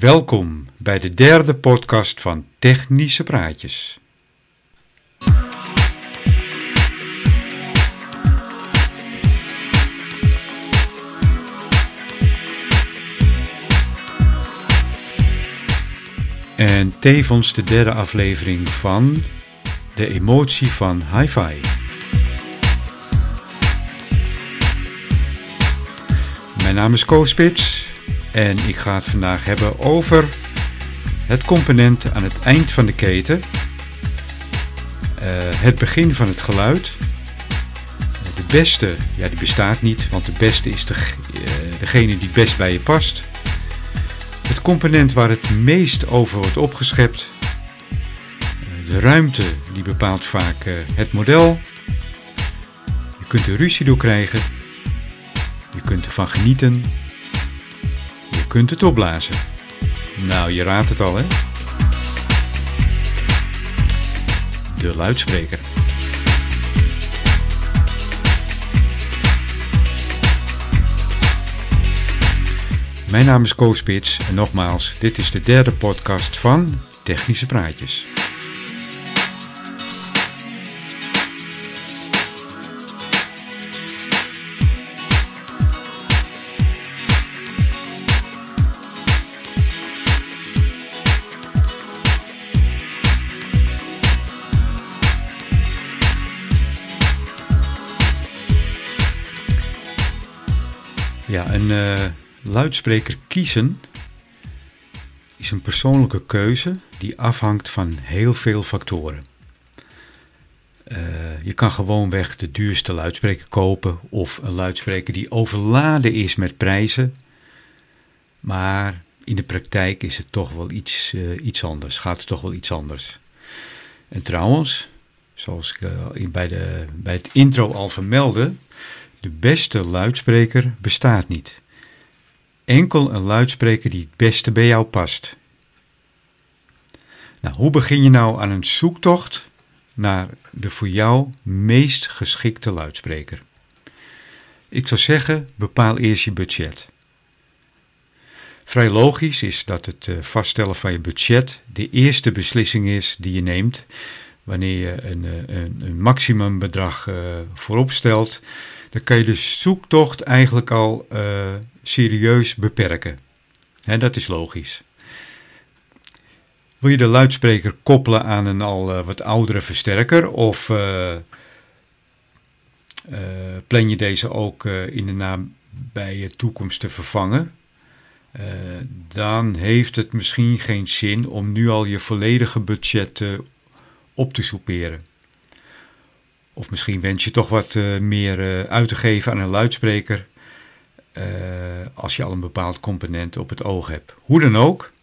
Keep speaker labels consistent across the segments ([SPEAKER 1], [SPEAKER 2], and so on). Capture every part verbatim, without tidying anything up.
[SPEAKER 1] Welkom bij de derde podcast van Technische Praatjes. En tevens de derde aflevering van De Emotie van Hi-Fi. Mijn naam is Koos Spits en ik ga het vandaag hebben over het component aan het eind van de keten, uh, het begin van het geluid. De beste, ja die bestaat niet, want de beste is de, uh, degene die best bij je past. Het component waar het meest over wordt opgeschept. De ruimte die bepaalt vaak uh, het model. Je kunt er ruzie door krijgen. Je kunt ervan genieten. Je kunt het opblazen. Nou, je raadt het al, hè? De luidspreker. Mijn naam is Koos Spits en nogmaals, dit is de derde podcast van Technische Praatjes. Ja, een uh, luidspreker kiezen is een persoonlijke keuze die afhangt van heel veel factoren. Uh, je kan gewoonweg de duurste luidspreker kopen of een luidspreker die overladen is met prijzen. Maar in de praktijk is het toch wel iets, uh, iets anders, gaat het toch wel iets anders. En trouwens, zoals ik uh, bij, de, bij het intro al vermeldde, de beste luidspreker bestaat niet. Enkel een luidspreker die het beste bij jou past. Nou, hoe begin je nou aan een zoektocht naar de voor jou meest geschikte luidspreker? Ik zou zeggen, bepaal eerst je budget. Vrij logisch is dat het vaststellen van je budget de eerste beslissing is die je neemt wanneer je een, een, een maximumbedrag uh, voorop stelt. Dan kan je de zoektocht eigenlijk al uh, serieus beperken. En dat is logisch. Wil je de luidspreker koppelen aan een al uh, wat oudere versterker of uh, uh, plan je deze ook uh, in de nabije toekomst te vervangen? Uh, dan heeft het misschien geen zin om nu al je volledige budget uh, op te soeperen. Of misschien wens je toch wat uh, meer uh, uit te geven aan een luidspreker uh, als je al een bepaald component op het oog hebt. Hoe dan ook,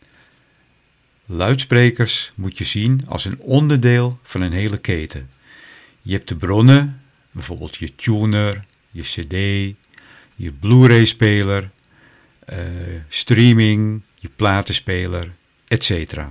[SPEAKER 1] luidsprekers moet je zien als een onderdeel van een hele keten. Je hebt de bronnen, bijvoorbeeld je tuner, je cd, je Blu-ray speler, uh, streaming, je platenspeler, et cetera.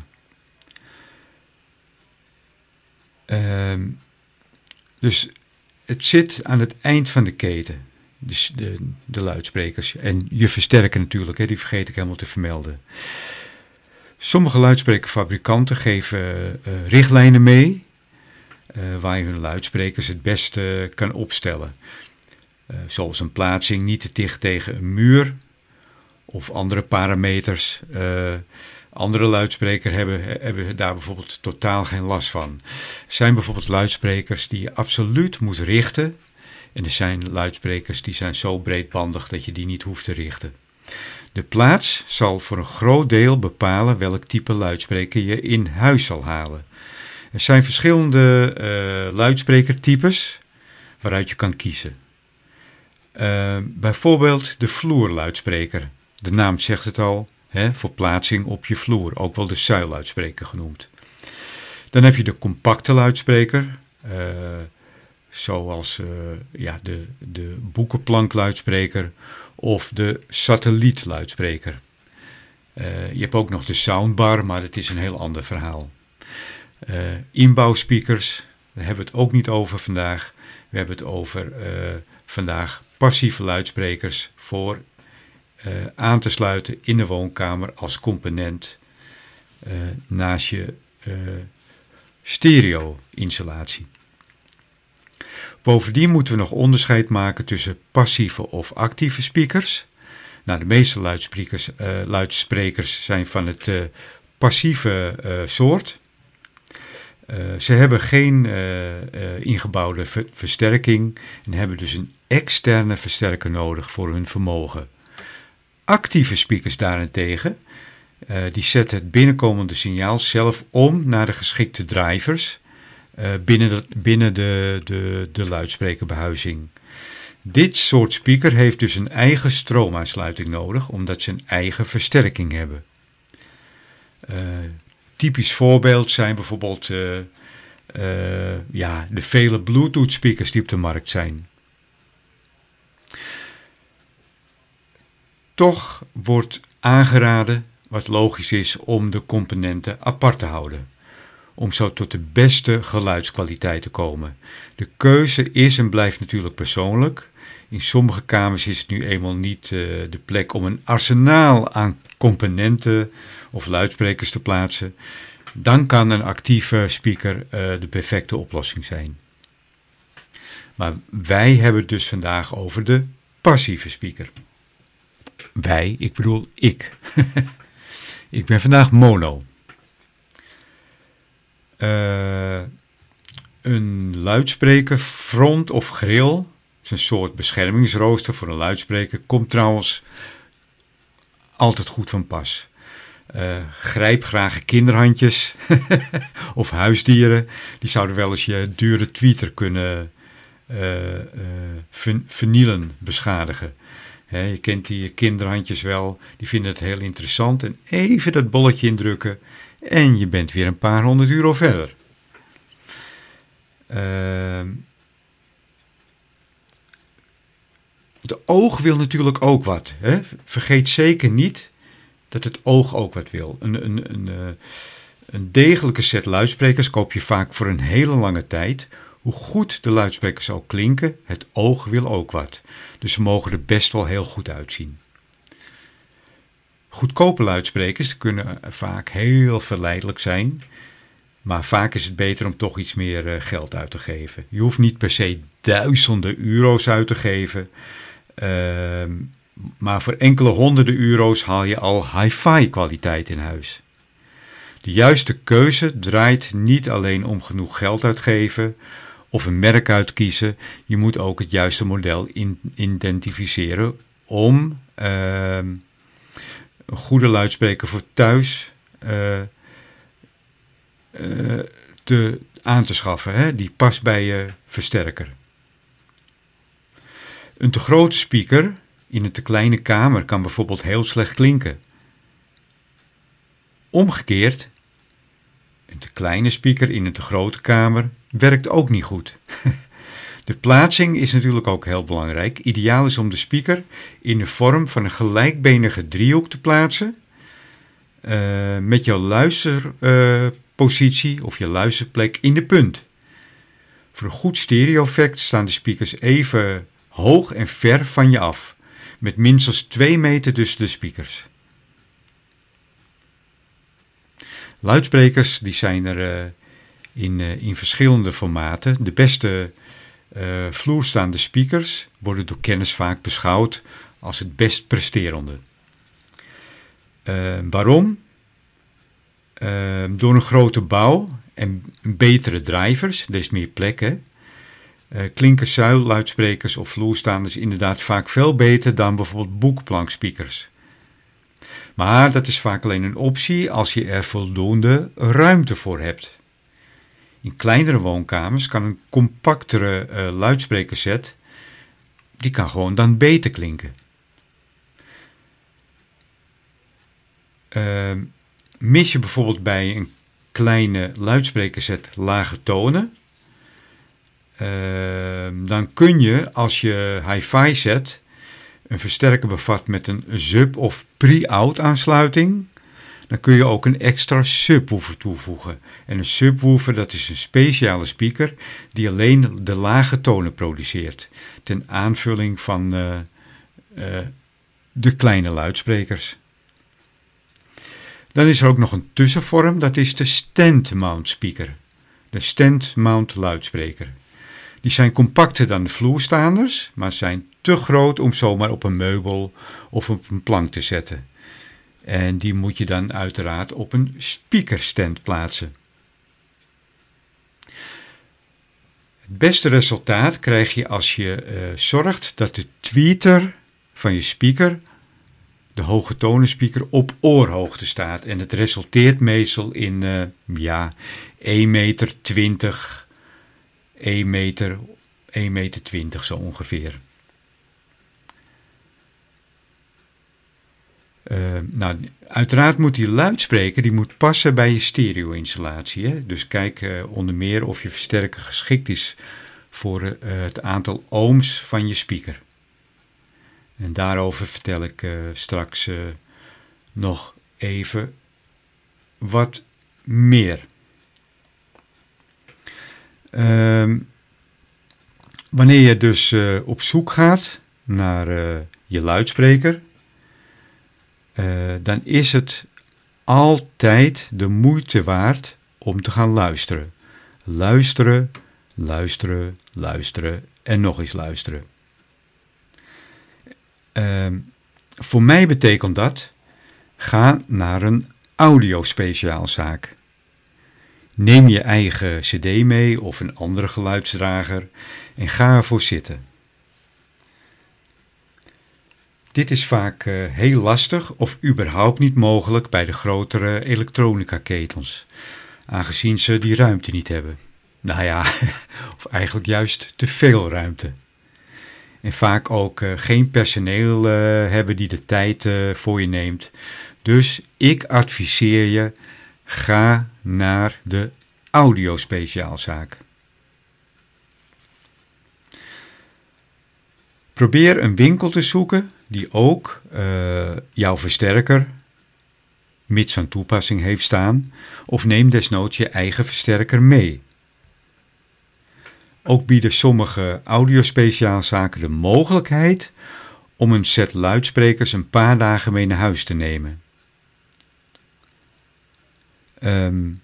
[SPEAKER 1] Um, Dus het zit aan het eind van de keten, dus de, de luidsprekers. En je versterker natuurlijk, hè, die vergeet ik helemaal te vermelden. Sommige luidsprekerfabrikanten geven uh, richtlijnen mee, uh, waar je hun luidsprekers het beste uh, kan opstellen. Uh, zoals een plaatsing niet te dicht tegen een muur of andere parameters. Uh, Andere luidsprekers hebben, hebben daar bijvoorbeeld totaal geen last van. Er zijn bijvoorbeeld luidsprekers die je absoluut moet richten. En er zijn luidsprekers die zijn zo breedbandig dat je die niet hoeft te richten. De plaats zal voor een groot deel bepalen welk type luidspreker je in huis zal halen. Er zijn verschillende uh, luidsprekertypes waaruit je kan kiezen. Uh, bijvoorbeeld de vloerluidspreker. De naam zegt het al. He, voor plaatsing op je vloer, ook wel de zuiluidspreker genoemd. Dan heb je de compacte luidspreker, uh, zoals uh, ja, de, de boekenplankluidspreker of de satellietluidspreker. Uh, je hebt ook nog de soundbar, maar dat is een heel ander verhaal. Uh, inbouwspeakers, daar hebben we het ook niet over vandaag. We hebben het over uh, vandaag passieve luidsprekers voor uh, aan te sluiten in de woonkamer als component uh, naast je uh, stereo-installatie. Bovendien moeten we nog onderscheid maken tussen passieve of actieve speakers. Nou, de meeste luidsprekers, uh, luidsprekers zijn van het uh, passieve uh, soort. Uh, ze hebben geen uh, uh, ingebouwde ver- versterking en hebben dus een externe versterker nodig voor hun vermogen. Actieve speakers daarentegen, uh, die zetten het binnenkomende signaal zelf om naar de geschikte drivers uh, binnen, de, binnen de, de, de luidsprekerbehuizing. Dit soort speaker heeft dus een eigen stroomaansluiting nodig, omdat ze een eigen versterking hebben. Uh, typisch voorbeeld zijn bijvoorbeeld uh, uh, ja, de vele Bluetooth speakers die op de markt zijn. Toch wordt aangeraden, wat logisch is, om de componenten apart te houden. Om zo tot de beste geluidskwaliteit te komen. De keuze is en blijft natuurlijk persoonlijk. In sommige kamers is het nu eenmaal niet uh, de plek om een arsenaal aan componenten of luidsprekers te plaatsen. Dan kan een actieve speaker uh, de perfecte oplossing zijn. Maar wij hebben het dus vandaag over de passieve speaker. Wij, ik bedoel ik. Ik ben vandaag mono. Uh, een luidspreker, front of grill, is een soort beschermingsrooster voor een luidspreker, komt trouwens altijd goed van pas. Uh, grijp graag kinderhandjes of huisdieren, die zouden wel eens je dure tweeter kunnen uh, uh, ver- vernielen, beschadigen. He, je kent die kinderhandjes wel, die vinden het heel interessant en even dat bolletje indrukken en je bent weer een paar honderd euro verder. Uh, het oog wil natuurlijk ook wat. Hè? Vergeet zeker niet dat het oog ook wat wil. Een, een, een, uh, een degelijke set luidsprekers koop je vaak voor een hele lange tijd. Hoe goed de luidsprekers ook klinken, het oog wil ook wat. Dus ze mogen er best wel heel goed uitzien. Goedkope luidsprekers kunnen vaak heel verleidelijk zijn. Maar vaak is het beter om toch iets meer uh, geld uit te geven. Je hoeft niet per se duizenden euro's uit te geven. Uh, maar voor enkele honderden euro's haal je al hi-fi kwaliteit in huis. De juiste keuze draait niet alleen om genoeg geld uitgeven of een merk uitkiezen. Je moet ook het juiste model in, identificeren om uh, een goede luidspreker voor thuis uh, uh, te, aan te schaffen. Hè? Die past bij je versterker. Een te grote speaker in een te kleine kamer kan bijvoorbeeld heel slecht klinken. Omgekeerd, een te kleine speaker in een te grote kamer werkt ook niet goed. De plaatsing is natuurlijk ook heel belangrijk. Ideaal is om de speaker in de vorm van een gelijkbenige driehoek te plaatsen. Uh, met jouw luisterpositie uh, of je luisterplek in de punt. Voor een goed stereo-effect staan de speakers even hoog en ver van je af. Met minstens twee meter tussen de speakers. Luidsprekers die zijn er uh, in, uh, in verschillende formaten. De beste uh, vloerstaande speakers worden door kenners vaak beschouwd als het best presterende. Uh, waarom? Uh, door een grote bouw en betere drivers, er is meer plek, hè? Uh, klinken zuilluidsprekers of vloerstaanders inderdaad vaak veel beter dan bijvoorbeeld boekplankspeakers. Maar dat is vaak alleen een optie als je er voldoende ruimte voor hebt. In kleinere woonkamers kan een compactere uh, luidsprekerset, die kan gewoon dan beter klinken. Uh, mis je bijvoorbeeld bij een kleine luidsprekerset lage tonen, Uh, dan kun je, als je hi-fi zet, een versterker bevat met een sub- of pre-out aansluiting, dan kun je ook een extra subwoofer toevoegen. En een subwoofer, dat is een speciale speaker die alleen de lage tonen produceert, ten aanvulling van uh, uh, de kleine luidsprekers. Dan is er ook nog een tussenvorm, dat is de stand-mount speaker. De stand-mount luidspreker. Die zijn compacter dan de vloerstaanders, maar zijn te groot om zomaar op een meubel of op een plank te zetten. En die moet je dan uiteraard op een speakerstand plaatsen. Het beste resultaat krijg je als je uh, zorgt dat de tweeter van je speaker, de hoge tonen speaker, op oorhoogte staat. En het resulteert meestal in uh, ja, één meter twintig, één meter, één meter twintig zo ongeveer. Uh, nou, uiteraard moet die luidspreker die moet passen bij je stereo-installatie. Hè? Dus kijk uh, onder meer of je versterker geschikt is voor uh, het aantal ohms van je speaker. En daarover vertel ik uh, straks uh, nog even wat meer. Uh, wanneer je dus uh, op zoek gaat naar uh, je luidspreker, Uh, dan is het altijd de moeite waard om te gaan luisteren. Luisteren, luisteren, luisteren en nog eens luisteren. Uh, voor mij betekent dat, ga naar een audiospeciaalzaak. Neem je eigen cd mee of een andere geluidsdrager en ga ervoor zitten. Dit is vaak uh, heel lastig of überhaupt niet mogelijk bij de grotere elektronica-ketens, aangezien ze die ruimte niet hebben. Nou ja, of eigenlijk juist te veel ruimte. En vaak ook uh, geen personeel uh, hebben die de tijd uh, voor je neemt. Dus ik adviseer je, ga naar de audiospeciaalzaak. Probeer een winkel te zoeken die ook uh, jouw versterker, mits aan toepassing heeft staan, of neem desnoods je eigen versterker mee. Ook bieden sommige audiospeciaalzaken de mogelijkheid om een set luidsprekers een paar dagen mee naar huis te nemen. Um,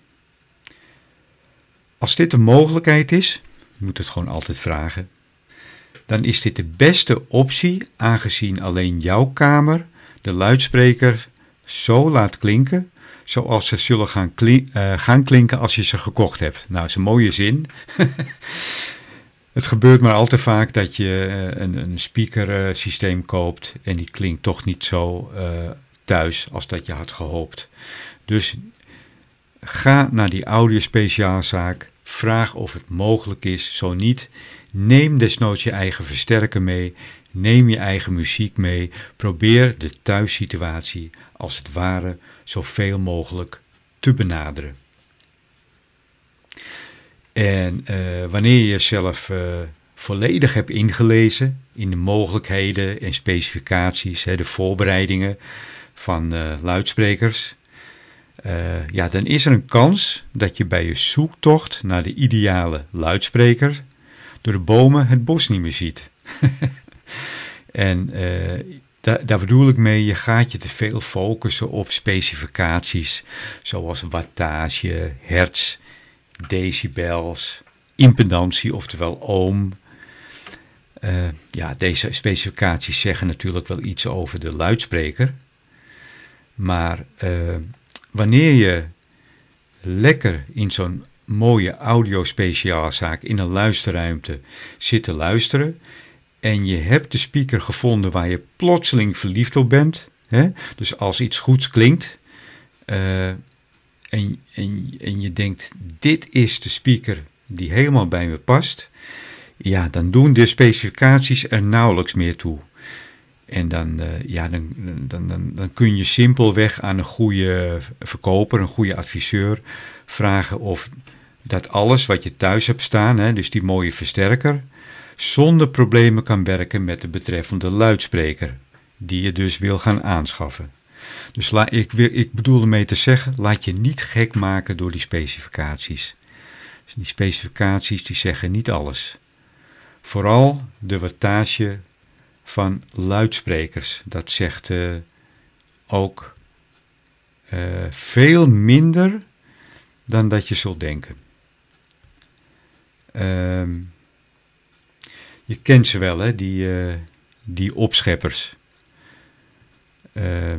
[SPEAKER 1] als dit een mogelijkheid is, je moet het gewoon altijd vragen, dan is dit de beste optie, aangezien alleen jouw kamer de luidspreker zo laat klinken, zoals ze zullen gaan, kli- uh, gaan klinken als je ze gekocht hebt. Nou, dat is een mooie zin. Het gebeurt maar al te vaak dat je uh, een, een speakersysteem uh, koopt en die klinkt toch niet zo uh, thuis als dat je had gehoopt. Dus ga naar die audiospeciaalzaak, vraag of het mogelijk is, zo niet, neem desnoods je eigen versterker mee, neem je eigen muziek mee, probeer de thuissituatie als het ware zoveel mogelijk te benaderen. En uh, wanneer je jezelf uh, volledig hebt ingelezen in de mogelijkheden en specificaties, hè, de voorbereidingen van uh, luidsprekers, uh, ja, dan is er een kans dat je bij je zoektocht naar de ideale luidspreker door de bomen het bos niet meer ziet. En uh, da- daar bedoel ik mee, je gaat je te veel focussen op specificaties zoals wattage, hertz, decibels, impedantie, oftewel ohm. Uh, ja, deze specificaties zeggen natuurlijk wel iets over de luidspreker. Maar uh, wanneer je lekker in zo'n mooie audiospeciaalzaak in een luisterruimte zit te luisteren en je hebt de speaker gevonden waar je plotseling verliefd op bent, hè? Dus als iets goeds klinkt uh, en, en, en je denkt, dit is de speaker die helemaal bij me past, ja, dan doen de specificaties er nauwelijks meer toe. En dan, uh, ja, dan, dan, dan, dan kun je simpelweg aan een goede verkoper, een goede adviseur, vragen of dat alles wat je thuis hebt staan, hè, dus die mooie versterker, zonder problemen kan werken met de betreffende luidspreker, die je dus wil gaan aanschaffen. Dus la, ik, wil, ik bedoel ermee te zeggen, laat je niet gek maken door die specificaties. Dus die specificaties die zeggen niet alles. Vooral de wattage van luidsprekers. Dat zegt uh, ook uh, veel minder dan dat je zult denken. Uh, je kent ze wel, hè, die, uh, die opscheppers. Uh,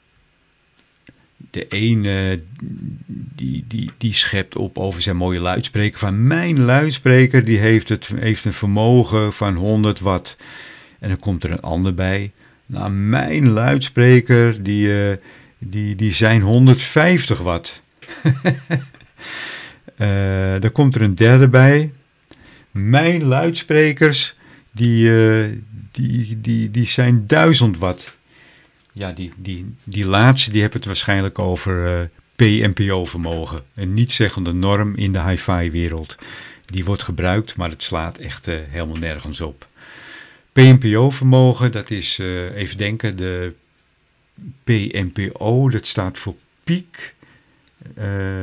[SPEAKER 1] de ene die, die, die schept op over zijn mooie luidspreker. Van mijn luidspreker die heeft, het, heeft een vermogen van honderd watt. En dan komt er een ander bij. Nou, mijn luidspreker die, uh, die, die zijn honderdvijftig watt. uh, dan komt er een derde bij. Mijn luidsprekers die, uh, die, die, die zijn duizend watt. Ja, die, die, die laatste die hebben het waarschijnlijk over uh, P M P O-vermogen. Een niet-zeggende norm in de hi-fi wereld. Die wordt gebruikt, maar het slaat echt uh, helemaal nergens op. P M P O-vermogen, dat is, uh, even denken, de P M P O, dat staat voor Peak. Uh,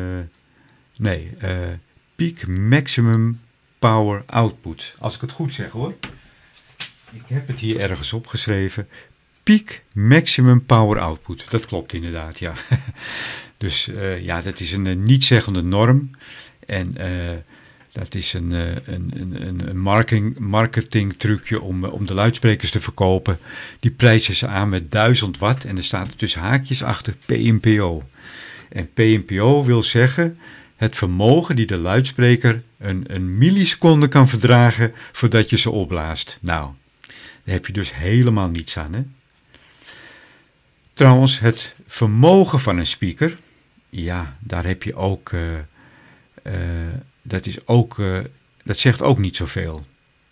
[SPEAKER 1] nee, uh, Peak Maximum Power Output. Als ik het goed zeg hoor. Ik heb het hier ergens opgeschreven. Peak Maximum Power Output. Dat klopt inderdaad, ja. Dus uh, ja, dat is een uh, niet-zeggende norm. En uh, dat is een, uh, een, een, een marketing, marketing trucje om, uh, om de luidsprekers te verkopen. Die prijzen ze aan met duizend watt. En er staat er tussen haakjes achter P M P O. En P M P O wil zeggen het vermogen die de luidspreker een, een milliseconde kan verdragen voordat je ze opblaast. Nou, daar heb je dus helemaal niets aan, hè? Trouwens, het vermogen van een speaker, ja, daar heb je ook, uh, uh, dat is ook, uh, dat zegt ook niet zoveel.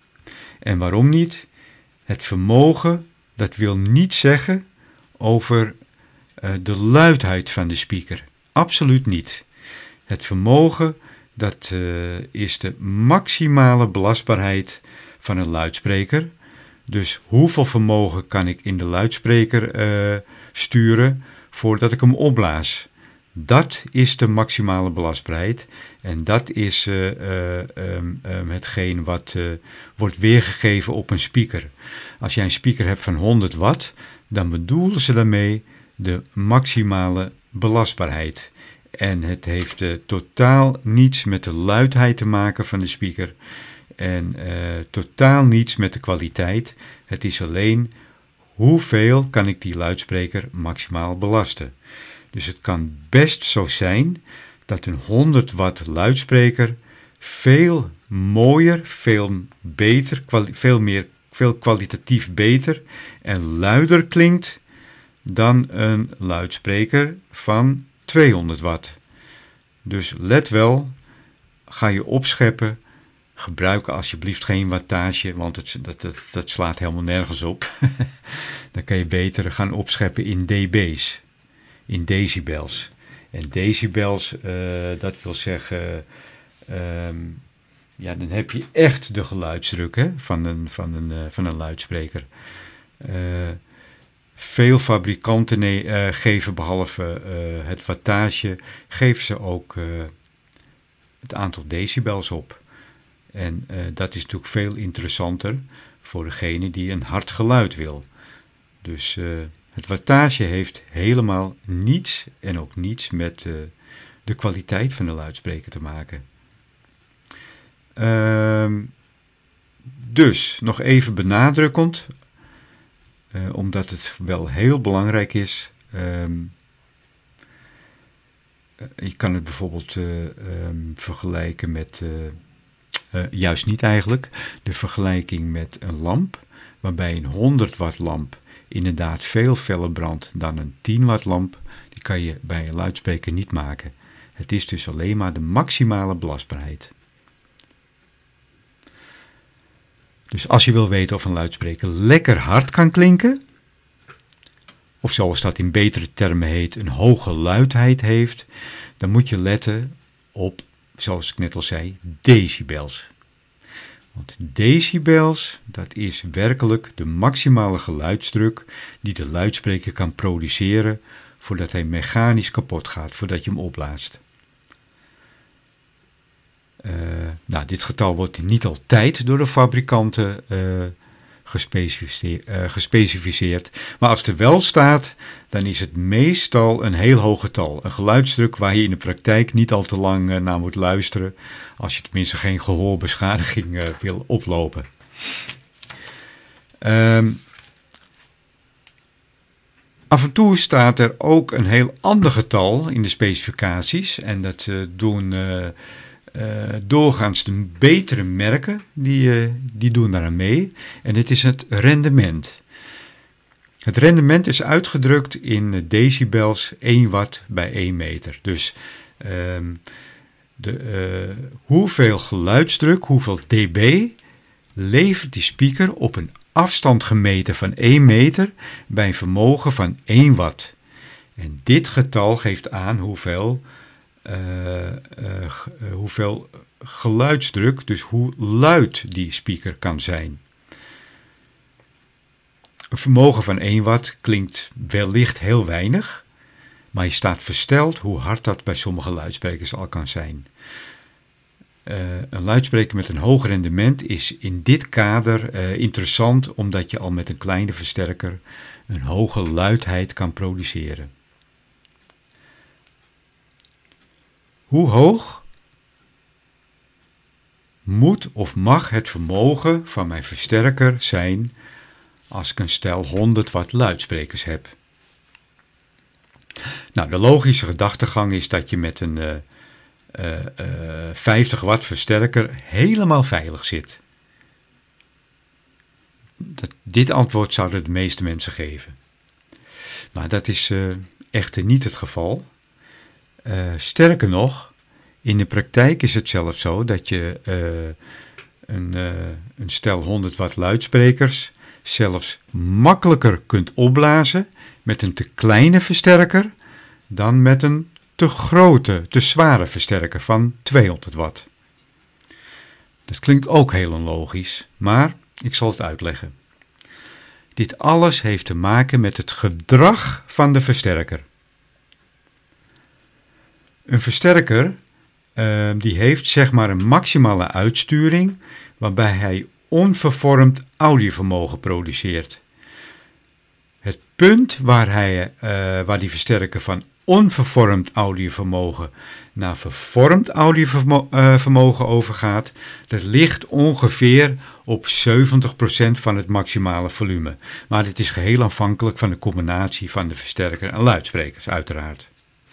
[SPEAKER 1] En waarom niet? Het vermogen, dat wil niet zeggen over uh, de luidheid van de speaker. Absoluut niet. Het vermogen, dat uh, is de maximale belastbaarheid van een luidspreker. Dus hoeveel vermogen kan ik in de luidspreker uh, sturen voordat ik hem opblaas? Dat is de maximale belastbaarheid. En dat is uh, uh, um, um, hetgeen wat uh, wordt weergegeven op een speaker. Als jij een speaker hebt van honderd watt, dan bedoelen ze daarmee de maximale belastbaarheid. En het heeft uh, totaal niets met de luidheid te maken van de speaker. En uh, totaal niets met de kwaliteit. Het is alleen hoeveel kan ik die luidspreker maximaal belasten. Dus het kan best zo zijn dat een honderd watt luidspreker veel mooier, veel beter, kwali- veel meer, veel kwalitatief beter en luider klinkt dan een luidspreker van tweehonderd watt. Dus let wel, ga je opscheppen. Gebruik alsjeblieft geen wattage, want het, dat, dat, dat slaat helemaal nergens op. Dan kan je beter gaan opscheppen in dB's, in decibels. En decibels, uh, dat wil zeggen, um, ja, dan heb je echt de geluidsdruk, hè, van, een, van, een, uh, van een luidspreker. Uh, veel fabrikanten ne- uh, geven behalve uh, het wattage, geven ze ook uh, het aantal decibels op. En uh, dat is natuurlijk veel interessanter voor degene die een hard geluid wil. Dus uh, het wattage heeft helemaal niets en ook niets met uh, de kwaliteit van de luidspreker te maken. Uh, dus, nog even benadrukkend, uh, omdat het wel heel belangrijk is. Uh, je kan het bijvoorbeeld uh, um, vergelijken met... Uh, Uh, juist niet eigenlijk. De vergelijking met een lamp, waarbij een honderd watt lamp inderdaad veel feller brandt dan een tien watt lamp, die kan je bij een luidspreker niet maken. Het is dus alleen maar de maximale belastbaarheid. Dus als je wil weten of een luidspreker lekker hard kan klinken, of zoals dat in betere termen heet, een hoge luidheid heeft, dan moet je letten op, zoals ik net al zei, decibels. Want decibels, dat is werkelijk de maximale geluidsdruk die de luidspreker kan produceren voordat hij mechanisch kapot gaat, voordat je hem opblaast. Uh, nou, dit getal wordt niet altijd door de fabrikanten uh, gespecificeerd, uh, gespecificeerd. Maar als er wel staat, dan is het meestal een heel hoog getal. Een geluidsdruk waar je in de praktijk niet al te lang uh, naar moet luisteren, als je tenminste geen gehoorbeschadiging uh, wil oplopen. Um, af en toe staat er ook een heel ander getal in de specificaties. En dat uh, doen uh, uh, doorgaans de betere merken, die, uh, die doen daaraan mee. En dit is het rendement. Het rendement is uitgedrukt in decibels één watt bij één meter. Dus um, de, uh, hoeveel geluidsdruk, hoeveel dB levert die speaker op een afstand gemeten van één meter bij een vermogen van één watt. En dit getal geeft aan hoeveel, uh, uh, g- uh, hoeveel geluidsdruk, dus hoe luid die speaker kan zijn. Een vermogen van één watt klinkt wellicht heel weinig, maar je staat versteld hoe hard dat bij sommige luidsprekers al kan zijn. Uh, een luidspreker met een hoog rendement is in dit kader uh, interessant, omdat je al met een kleine versterker een hoge luidheid kan produceren. Hoe hoog moet of mag het vermogen van mijn versterker zijn als ik een stel honderd watt luidsprekers heb? Nou, de logische gedachtegang is dat je met een uh, uh, uh, vijftig watt versterker helemaal veilig zit. Dat, dit antwoord zouden de meeste mensen geven. Maar dat is uh, echter niet het geval. Uh, sterker nog, in de praktijk is het zelfs zo dat je uh, een, uh, een stel honderd watt luidsprekers zelfs makkelijker kunt opblazen met een te kleine versterker dan met een te grote, te zware versterker van tweehonderd watt. Dat klinkt ook heel onlogisch, maar ik zal het uitleggen. Dit alles heeft te maken met het gedrag van de versterker. Een versterker uh, die heeft zeg maar een maximale uitsturing waarbij hij onvervormd audiovermogen produceert. Het punt waar, hij, uh, waar die versterker van onvervormd audiovermogen naar vervormd audiovermogen overgaat, dat ligt ongeveer op zeventig procent van het maximale volume. Maar dit is geheel afhankelijk van de combinatie van de versterker en luidsprekers, uiteraard.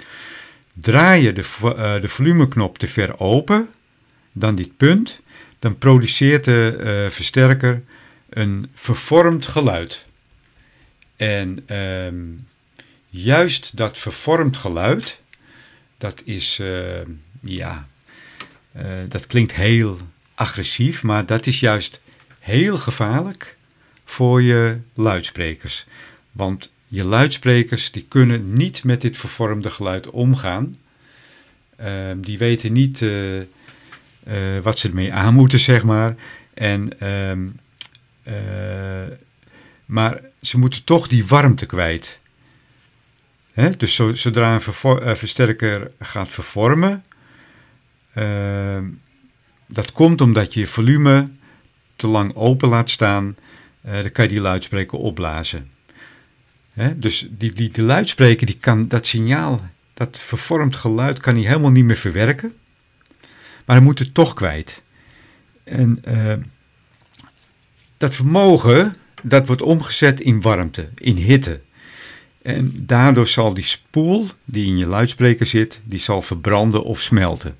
[SPEAKER 1] Draai je de, uh, de volumeknop te ver open dan dit punt, dan produceert de uh, versterker een vervormd geluid. En um, juist dat vervormd geluid, dat is, uh, ja, uh, dat klinkt heel agressief, maar dat is juist heel gevaarlijk voor je luidsprekers. Want je luidsprekers die kunnen niet met dit vervormde geluid omgaan. Uh, die weten niet uh, uh, wat ze ermee aan moeten, zeg maar. En, um, uh, maar ze moeten toch die warmte kwijt. Hè? Dus zo, zodra een vervor- uh, versterker gaat vervormen, uh, dat komt omdat je je volume te lang open laat staan, uh, dan kan je die luidspreker opblazen. Hè? Dus die, die, die luidspreker, die kan dat signaal, dat vervormd geluid, kan hij helemaal niet meer verwerken. Maar hij moet het toch kwijt. En uh, dat vermogen, dat wordt omgezet in warmte, in hitte. En daardoor zal die spoel die in je luidspreker zit, die zal verbranden of smelten.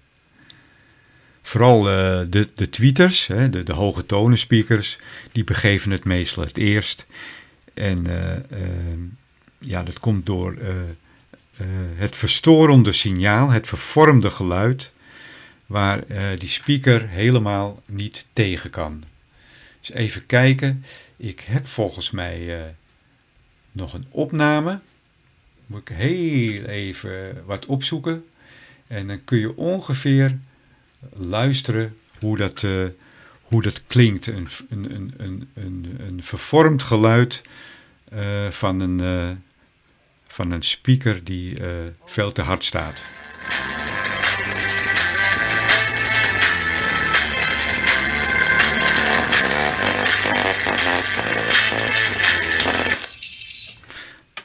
[SPEAKER 1] Vooral uh, de, de tweeters, hè, de, de hoge tonen speakers, die begeven het meestal het eerst. En uh, uh, ja, dat komt door uh, uh, het verstorende signaal, het vervormde geluid, waar uh, die speaker helemaal niet tegen kan. Dus even kijken. Ik heb volgens mij uh, nog een opname. Moet ik heel even wat opzoeken. En dan kun je ongeveer luisteren hoe dat, uh, hoe dat klinkt. Een, een, een, een, een, een vervormd geluid uh, van, een, uh, van een speaker die uh, veel te hard staat.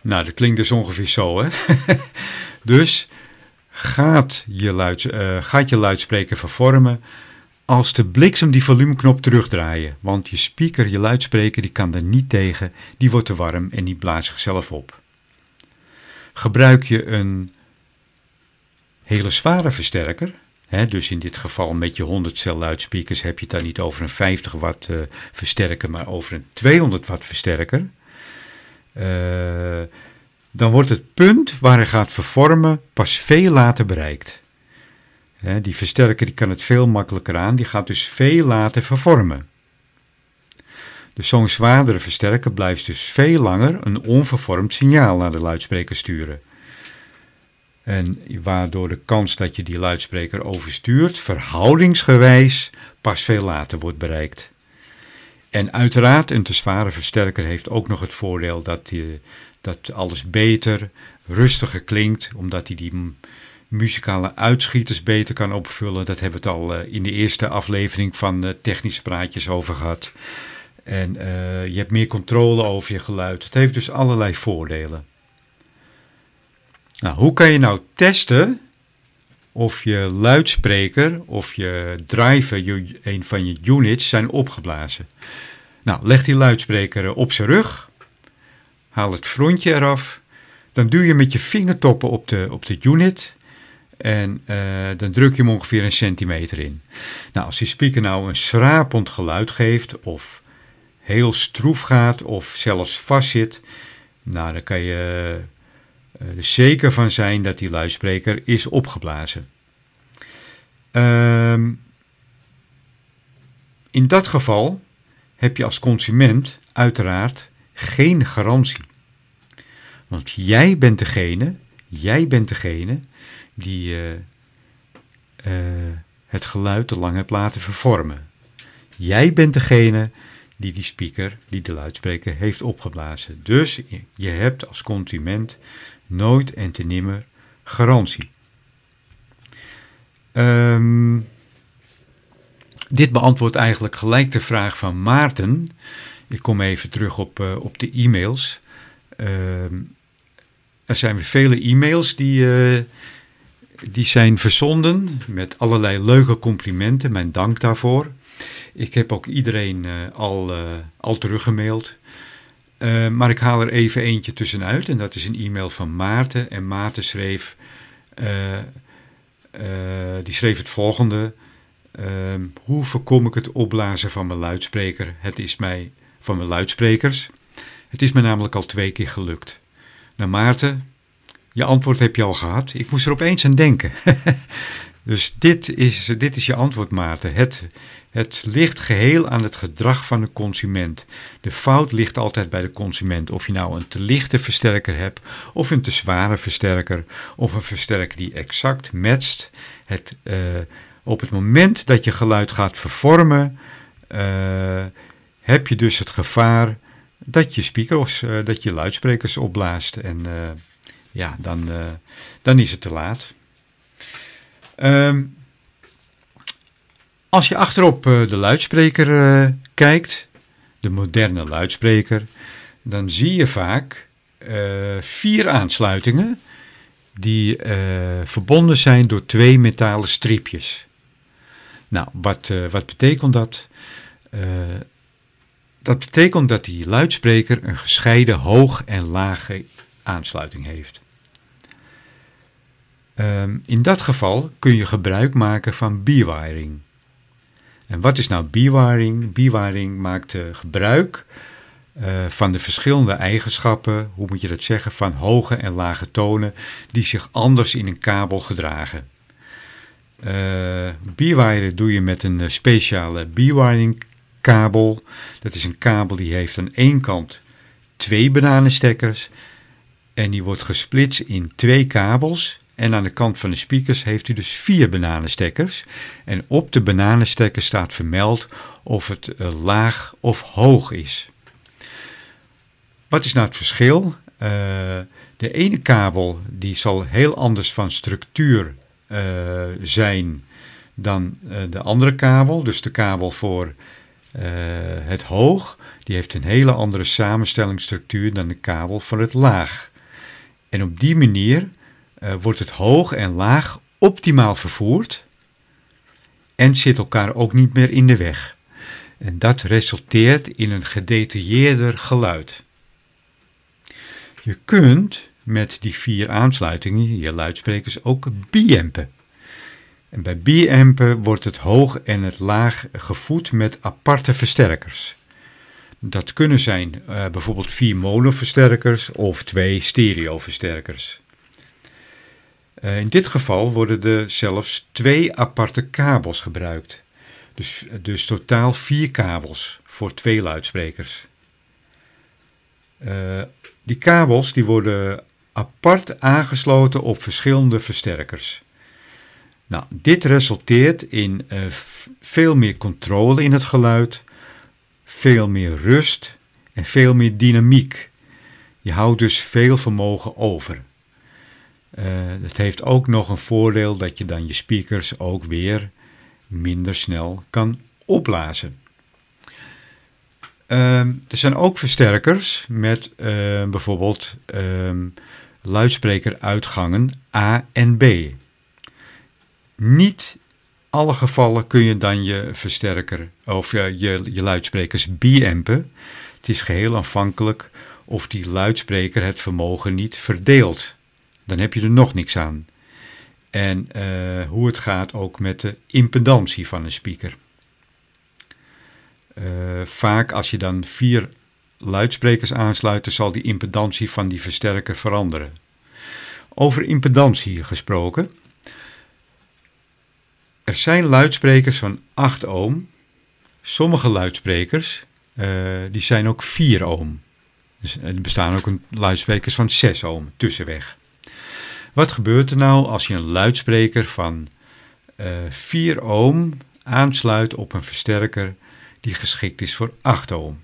[SPEAKER 1] Nou, dat klinkt dus ongeveer zo, hè? Dus gaat je, luid, uh, gaat je luidspreker vervormen als de bliksem die volumeknop terugdraaien. Want je speaker, je luidspreker, die kan er niet tegen. Die wordt te warm en die blaast zichzelf op. Gebruik je een hele zware versterker, hè, dus in dit geval met je honderd cel luidsprekers heb je het dan niet over een vijftig watt uh, versterker, maar over een tweehonderd watt versterker. Uh, dan wordt het punt waar hij gaat vervormen pas veel later bereikt. Hè, die versterker die kan het veel makkelijker aan, die gaat dus veel later vervormen. Dus zo'n zwaardere versterker blijft dus veel langer een onvervormd signaal naar de luidspreker sturen. En waardoor de kans dat je die luidspreker overstuurt, verhoudingsgewijs, pas veel later wordt bereikt. En uiteraard, een te zware versterker heeft ook nog het voordeel dat, die, dat alles beter, rustiger klinkt, omdat hij die muzikale uitschieters beter kan opvullen. Dat hebben we het al in de eerste aflevering van uh, Technische Praatjes over gehad. En uh, je hebt meer controle over je geluid. Het heeft dus allerlei voordelen. Nou, hoe kan je nou testen of je luidspreker of je driver, je, een van je units, zijn opgeblazen? Nou, leg die luidspreker op zijn rug, haal het frontje eraf, dan duw je met je vingertoppen op de, op de unit en uh, dan druk je hem ongeveer een centimeter in. Nou, als die speaker nou een schrapend geluid geeft of heel stroef gaat of zelfs vastzit, nou, dan kan je er zeker van zijn dat die luidspreker is opgeblazen. Um, in dat geval heb je als consument uiteraard geen garantie. Want jij bent degene, jij bent degene die uh, uh, het geluid te lang hebt laten vervormen. Jij bent degene die die speaker, die de luidspreker heeft opgeblazen. Dus je hebt als consument nooit en te nimmer garantie. Um, dit beantwoordt eigenlijk gelijk de vraag van Maarten. Ik kom even terug op, uh, op de e-mails. Um, er zijn weer vele e-mails die, uh, die zijn verzonden met allerlei leuke complimenten. Mijn dank daarvoor. Ik heb ook iedereen uh, al, uh, al teruggemaild. Uh, maar ik haal er even eentje tussenuit en dat is een e-mail van Maarten. En Maarten schreef, uh, uh, die schreef het volgende. Uh, hoe voorkom ik het opblazen van mijn luidspreker? Het is mij, van mijn luidsprekers. Het is me namelijk al twee keer gelukt. Nou Maarten, je antwoord heb je al gehad. Ik moest er opeens aan denken. Dus dit is, dit is je antwoord Maarten. Het... Het ligt geheel aan het gedrag van de consument. De fout ligt altijd bij de consument. Of je nou een te lichte versterker hebt, of een te zware versterker, of een versterker die exact matcht. Het, uh, op het moment dat je geluid gaat vervormen, uh, heb je dus het gevaar dat je speakers, uh, dat je luidsprekers opblaast. En uh, ja, dan, uh, dan is het te laat. Um, Als je achterop uh, de luidspreker uh, kijkt, de moderne luidspreker, dan zie je vaak uh, vier aansluitingen die uh, verbonden zijn door twee metalen streepjes. Nou, wat, uh, wat betekent dat? Uh, dat betekent dat die luidspreker een gescheiden hoog- en lage aansluiting heeft. Um, in dat geval kun je gebruik maken van B-wiring. En wat is nou B-wiring? B-wiring maakt uh, gebruik uh, van de verschillende eigenschappen, hoe moet je dat zeggen, van hoge en lage tonen die zich anders in een kabel gedragen. Uh, B-wiring doe je met een uh, speciale B-wiring kabel. Dat is een kabel die heeft aan één kant twee bananenstekkers en die wordt gesplitst in twee kabels. En aan de kant van de speakers heeft u dus vier bananenstekkers. En op de bananenstekker staat vermeld of het uh, laag of hoog is. Wat is nou het verschil? Uh, de ene kabel die zal heel anders van structuur uh, zijn dan uh, de andere kabel. Dus de kabel voor uh, het hoog, die heeft een hele andere samenstellingsstructuur dan de kabel voor het laag. En op die manier uh, wordt het hoog en laag optimaal vervoerd en zit elkaar ook niet meer in de weg. En dat resulteert in een gedetailleerder geluid. Je kunt met die vier aansluitingen je luidsprekers ook biampen. En bij biampen wordt het hoog en het laag gevoed met aparte versterkers. Dat kunnen zijn uh, bijvoorbeeld vier monoversterkers of twee stereoversterkers. Uh, in dit geval worden er zelfs twee aparte kabels gebruikt. Dus, dus totaal vier kabels voor twee luidsprekers. Uh, die kabels die worden apart aangesloten op verschillende versterkers. Nou, dit resulteert in uh, v- veel meer controle in het geluid, veel meer rust en veel meer dynamiek. Je houdt dus veel vermogen over. Uh, het heeft ook nog een voordeel dat je dan je speakers ook weer minder snel kan opblazen. Uh, er zijn ook versterkers met uh, bijvoorbeeld uh, luidsprekeruitgangen A en B. Niet alle gevallen kun je dan je versterker of je, je, je luidsprekers biampen. Het is geheel afhankelijk of die luidspreker het vermogen niet verdeelt. Dan heb je er nog niks aan. En uh, hoe het gaat ook met de impedantie van een speaker. Uh, vaak als je dan vier luidsprekers aansluit, zal die impedantie van die versterker veranderen. Over impedantie gesproken. Er zijn luidsprekers van acht ohm. Sommige luidsprekers uh, die zijn ook vier ohm. Dus er bestaan ook een luidsprekers van zes ohm tussenweg. Wat gebeurt er nou als je een luidspreker van uh, vier ohm aansluit op een versterker die geschikt is voor acht ohm?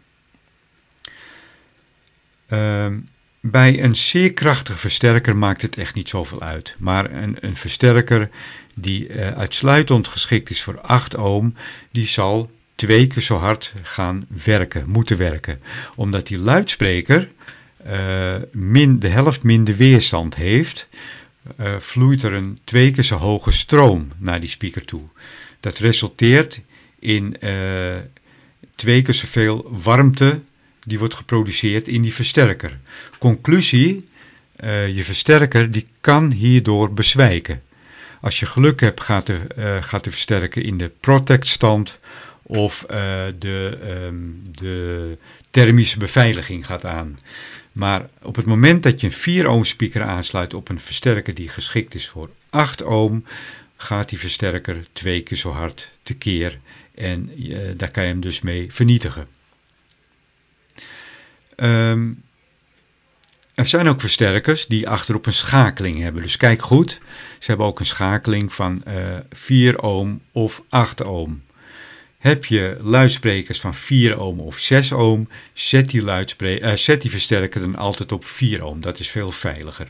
[SPEAKER 1] Uh, bij een zeer krachtige versterker maakt het echt niet zoveel uit. Maar een, een versterker die uh, uitsluitend geschikt is voor acht ohm, die zal twee keer zo hard gaan werken, moeten werken. Omdat die luidspreker uh, min, de helft minder weerstand heeft, uh, vloeit er een twee keer zo hoge stroom naar die speaker toe. Dat resulteert in uh, twee keer zoveel warmte die wordt geproduceerd in die versterker. Conclusie, uh, je versterker die kan hierdoor bezwijken. Als je geluk hebt gaat de, uh, gaat de versterker in de protect stand of uh, de, um, de thermische beveiliging gaat aan. Maar op het moment dat je een vier ohm speaker aansluit op een versterker die geschikt is voor acht ohm, gaat die versterker twee keer zo hard tekeer en uh, daar kan je hem dus mee vernietigen. Um, er zijn ook versterkers die achterop een schakeling hebben. Dus kijk goed, ze hebben ook een schakeling van uh, vier ohm of acht ohm. Heb je luidsprekers van vier ohm of zes ohm, zet die, luidspre- uh, zet die versterker dan altijd op vier ohm. Dat is veel veiliger.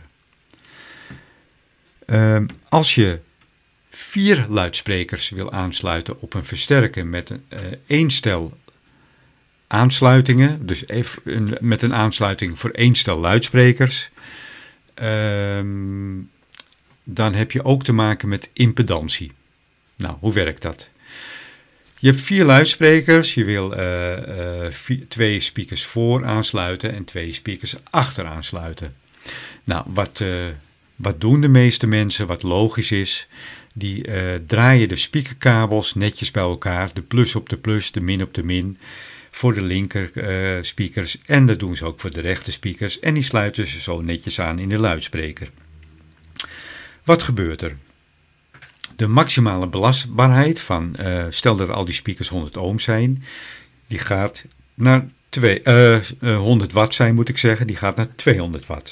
[SPEAKER 1] Um, als je vier luidsprekers wil aansluiten op een versterker met een uh, één stel aansluitingen, dus even een, met een aansluiting voor één stel luidsprekers, um, dan heb je ook te maken met impedantie. Nou, hoe werkt dat? Je hebt vier luidsprekers, je wil uh, uh, vier, twee speakers voor aansluiten en twee speakers achter aansluiten. Nou, wat, uh, wat doen de meeste mensen, wat logisch is, die uh, draaien de speakerkabels netjes bij elkaar, de plus op de plus, de min op de min, voor de linker uh, speakers en dat doen ze ook voor de rechter speakers en die sluiten ze zo netjes aan in de luidspreker. Wat gebeurt er? De maximale belastbaarheid van, uh, stel dat al die speakers honderd ohm zijn, die gaat naar twee, uh, uh, honderd watt zijn moet ik zeggen, die gaat naar tweehonderd watt.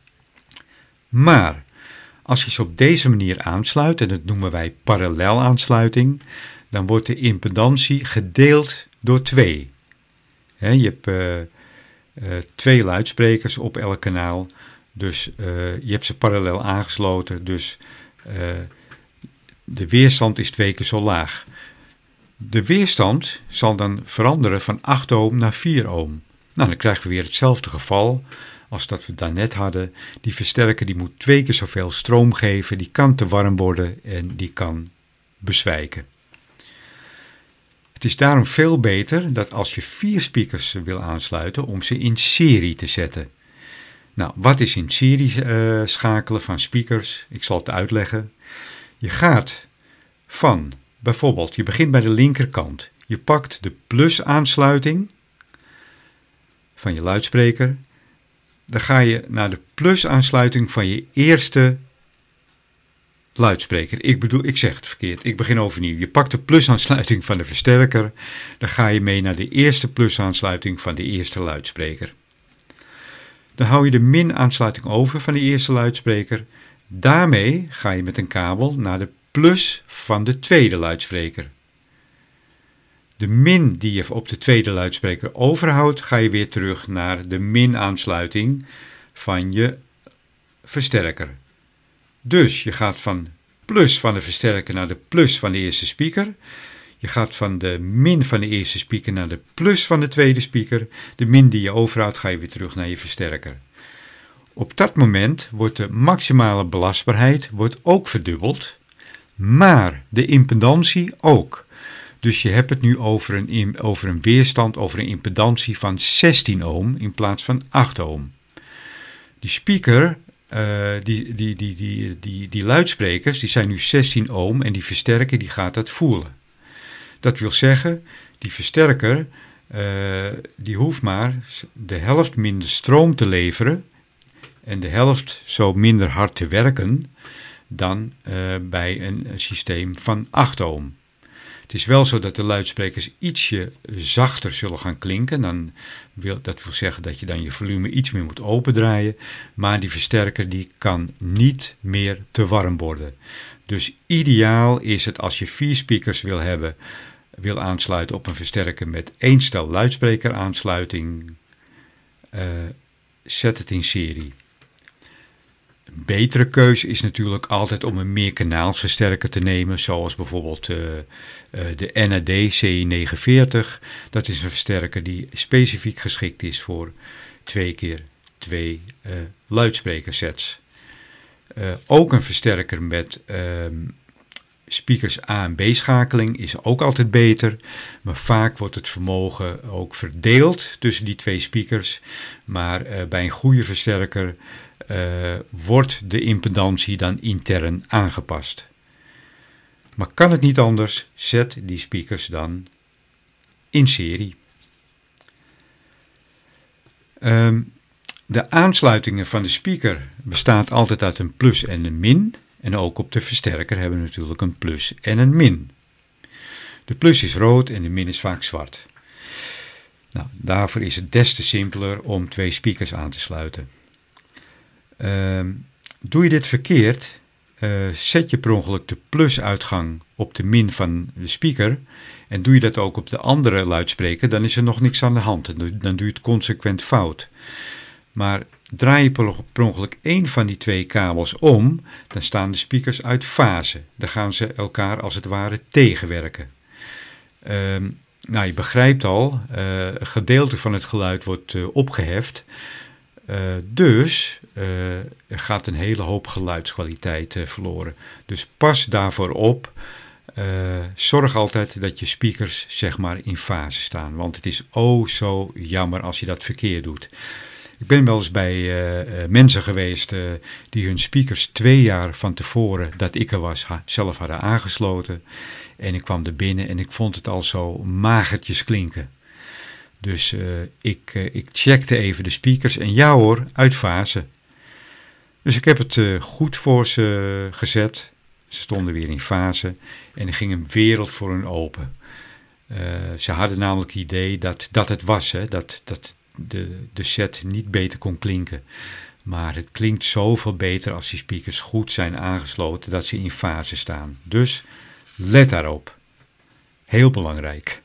[SPEAKER 1] Maar als je ze op deze manier aansluit, en dat noemen wij parallelaansluiting, dan wordt de impedantie gedeeld door twee. He, je hebt uh, uh, twee luidsprekers op elk kanaal, dus uh, je hebt ze parallel aangesloten, dus uh, de weerstand is twee keer zo laag. De weerstand zal dan veranderen van acht ohm naar vier ohm. Nou, dan krijgen we weer hetzelfde geval als dat we daarnet hadden. Die versterker die moet twee keer zoveel stroom geven, die kan te warm worden en die kan bezwijken. Het is daarom veel beter dat als je vier speakers wil aansluiten, om ze in serie te zetten. Nou, wat is in serie uh, schakelen van speakers? Ik zal het uitleggen. Je gaat van, bijvoorbeeld, je begint bij de linkerkant. Je pakt de plus-aansluiting van je luidspreker. Dan ga je naar de plus-aansluiting van je eerste luidspreker. Ik bedoel, ik zeg het verkeerd. Ik begin overnieuw. Je pakt de plus-aansluiting van de versterker. Dan ga je mee naar de eerste plus-aansluiting van de eerste luidspreker. Dan hou je de min-aansluiting over van de eerste luidspreker. Daarmee ga je met een kabel naar de plus van de tweede luidspreker. De min die je op de tweede luidspreker overhoudt, ga je weer terug naar de min-aansluiting van je versterker. Dus je gaat van plus van de versterker naar de plus van de eerste speaker. Je gaat van de min van de eerste speaker naar de plus van de tweede speaker. De min die je overhoudt, ga je weer terug naar je versterker. Op dat moment wordt de maximale belastbaarheid wordt ook verdubbeld, maar de impedantie ook. Dus je hebt het nu over een, over een weerstand, over een impedantie van zestien ohm in plaats van acht ohm. Die speaker, uh, die, die, die, die, die, die luidsprekers, die zijn nu zestien ohm en die versterker die gaat dat voelen. Dat wil zeggen, die versterker uh, die hoeft maar de helft minder stroom te leveren en de helft zo minder hard te werken dan uh, bij een, een systeem van acht ohm. Het is wel zo dat de luidsprekers ietsje zachter zullen gaan klinken. Dan wil, dat wil zeggen dat je dan je volume iets meer moet opendraaien. Maar die versterker die kan niet meer te warm worden. Dus ideaal is het als je vier speakers wil hebben, wil aansluiten op een versterker met één stel luidsprekeraansluiting. Uh, zet het in serie. Een betere keuze is natuurlijk altijd om een meerkanaalsversterker te nemen, zoals bijvoorbeeld uh, uh, de N A D C I negenenveertig. Dat is een versterker die specifiek geschikt is voor twee keer twee uh, luidsprekersets. Uh, ook een versterker met uh, speakers A en B schakeling is ook altijd beter, maar vaak wordt het vermogen ook verdeeld tussen die twee speakers. Maar uh, bij een goede versterker Uh, wordt de impedantie dan intern aangepast. Maar kan het niet anders, zet die speakers dan in serie. Um, de aansluitingen van de speaker bestaat altijd uit een plus en een min. En ook op de versterker hebben we natuurlijk een plus en een min. De plus is rood en de min is vaak zwart. Nou, daarvoor is het des te simpeler om twee speakers aan te sluiten. Uh, doe je dit verkeerd, uh, zet je per ongeluk de plusuitgang op de min van de speaker en doe je dat ook op de andere luidspreker, dan is er nog niks aan de hand. Dan doe je het consequent fout. Maar draai je per ongeluk één van die twee kabels om, dan staan de speakers uit fase. Dan gaan ze elkaar als het ware tegenwerken. Uh, nou, je begrijpt al, uh, een gedeelte van het geluid wordt uh, opgeheft. Uh, dus uh, er gaat een hele hoop geluidskwaliteit uh, verloren. Dus pas daarvoor op. Uh, zorg altijd dat je speakers zeg maar in fase staan. Want het is oh zo jammer als je dat verkeerd doet. Ik ben wel eens bij uh, uh, mensen geweest uh, die hun speakers twee jaar van tevoren dat ik er was ha- zelf hadden aangesloten. En ik kwam er binnen en ik vond het al zo magertjes klinken. Dus uh, ik, uh, ik checkte even de speakers en ja hoor, uit fase. Dus ik heb het uh, goed voor ze gezet. Ze stonden weer in fase en er ging een wereld voor hun open. Uh, ze hadden namelijk het idee dat, dat het was, hè, dat, dat de, de set niet beter kon klinken. Maar het klinkt zoveel beter als die speakers goed zijn aangesloten, dat ze in fase staan. Dus let daarop. Heel belangrijk.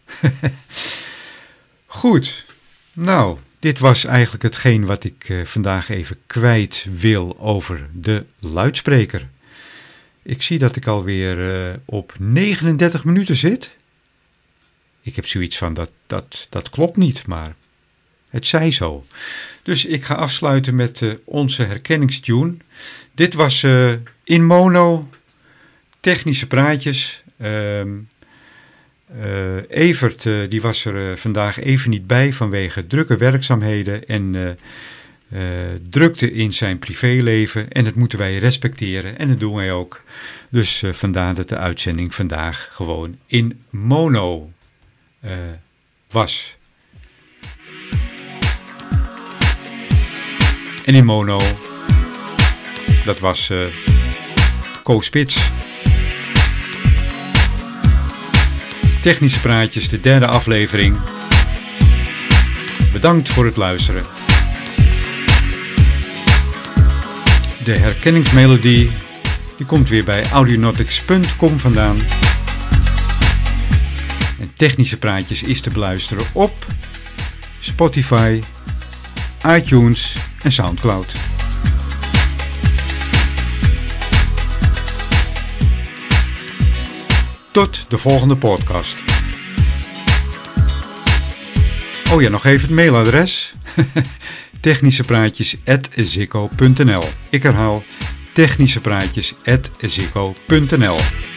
[SPEAKER 1] Goed, nou, dit was eigenlijk hetgeen wat ik uh, vandaag even kwijt wil over de luidspreker. Ik zie dat ik alweer uh, op negenendertig minuten zit. Ik heb zoiets van, dat, dat, dat klopt niet, maar Het zij zo. Dus ik ga afsluiten met uh, onze herkenningstune. Dit was uh, in mono, technische praatjes. Uh, uh, Evert uh, die was er uh, vandaag even niet bij vanwege drukke werkzaamheden en uh, uh, drukte in zijn privéleven. En dat moeten wij respecteren en dat doen wij ook. Dus uh, vandaar dat de uitzending vandaag gewoon in mono uh, was. En in mono, dat was uh, Koos Spits. Technische praatjes, de derde aflevering. Bedankt voor het luisteren. De herkenningsmelodie, die komt weer bij audionautics punt com vandaan. En technische praatjes is te beluisteren op Spotify, iTunes en Soundcloud. Tot de volgende podcast. Oh ja, nog even het mailadres. technischepraatjes apenstaartje zikko punt n l. Ik herhaal technischepraatjes apenstaartje zikko punt n l.